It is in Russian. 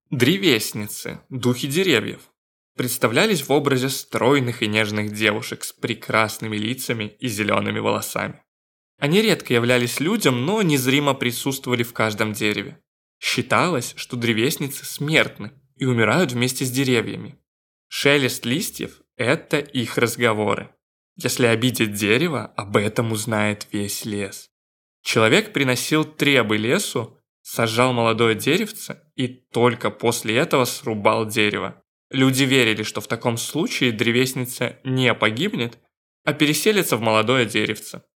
Древесницы, духи деревьев, представлялись в образе стройных и нежных девушек с прекрасными лицами и зелеными волосами. Они редко являлись людям, но незримо присутствовали в каждом дереве. Считалось, что древесницы смертны и умирают вместе с деревьями. Шелест листьев – это их разговоры. Если обидеть дерево, об этом узнает весь лес. Человек приносил требы лесу, сажал молодое деревце и только после этого срубал дерево. Люди верили, что в таком случае древесница не погибнет, а переселится в молодое деревце.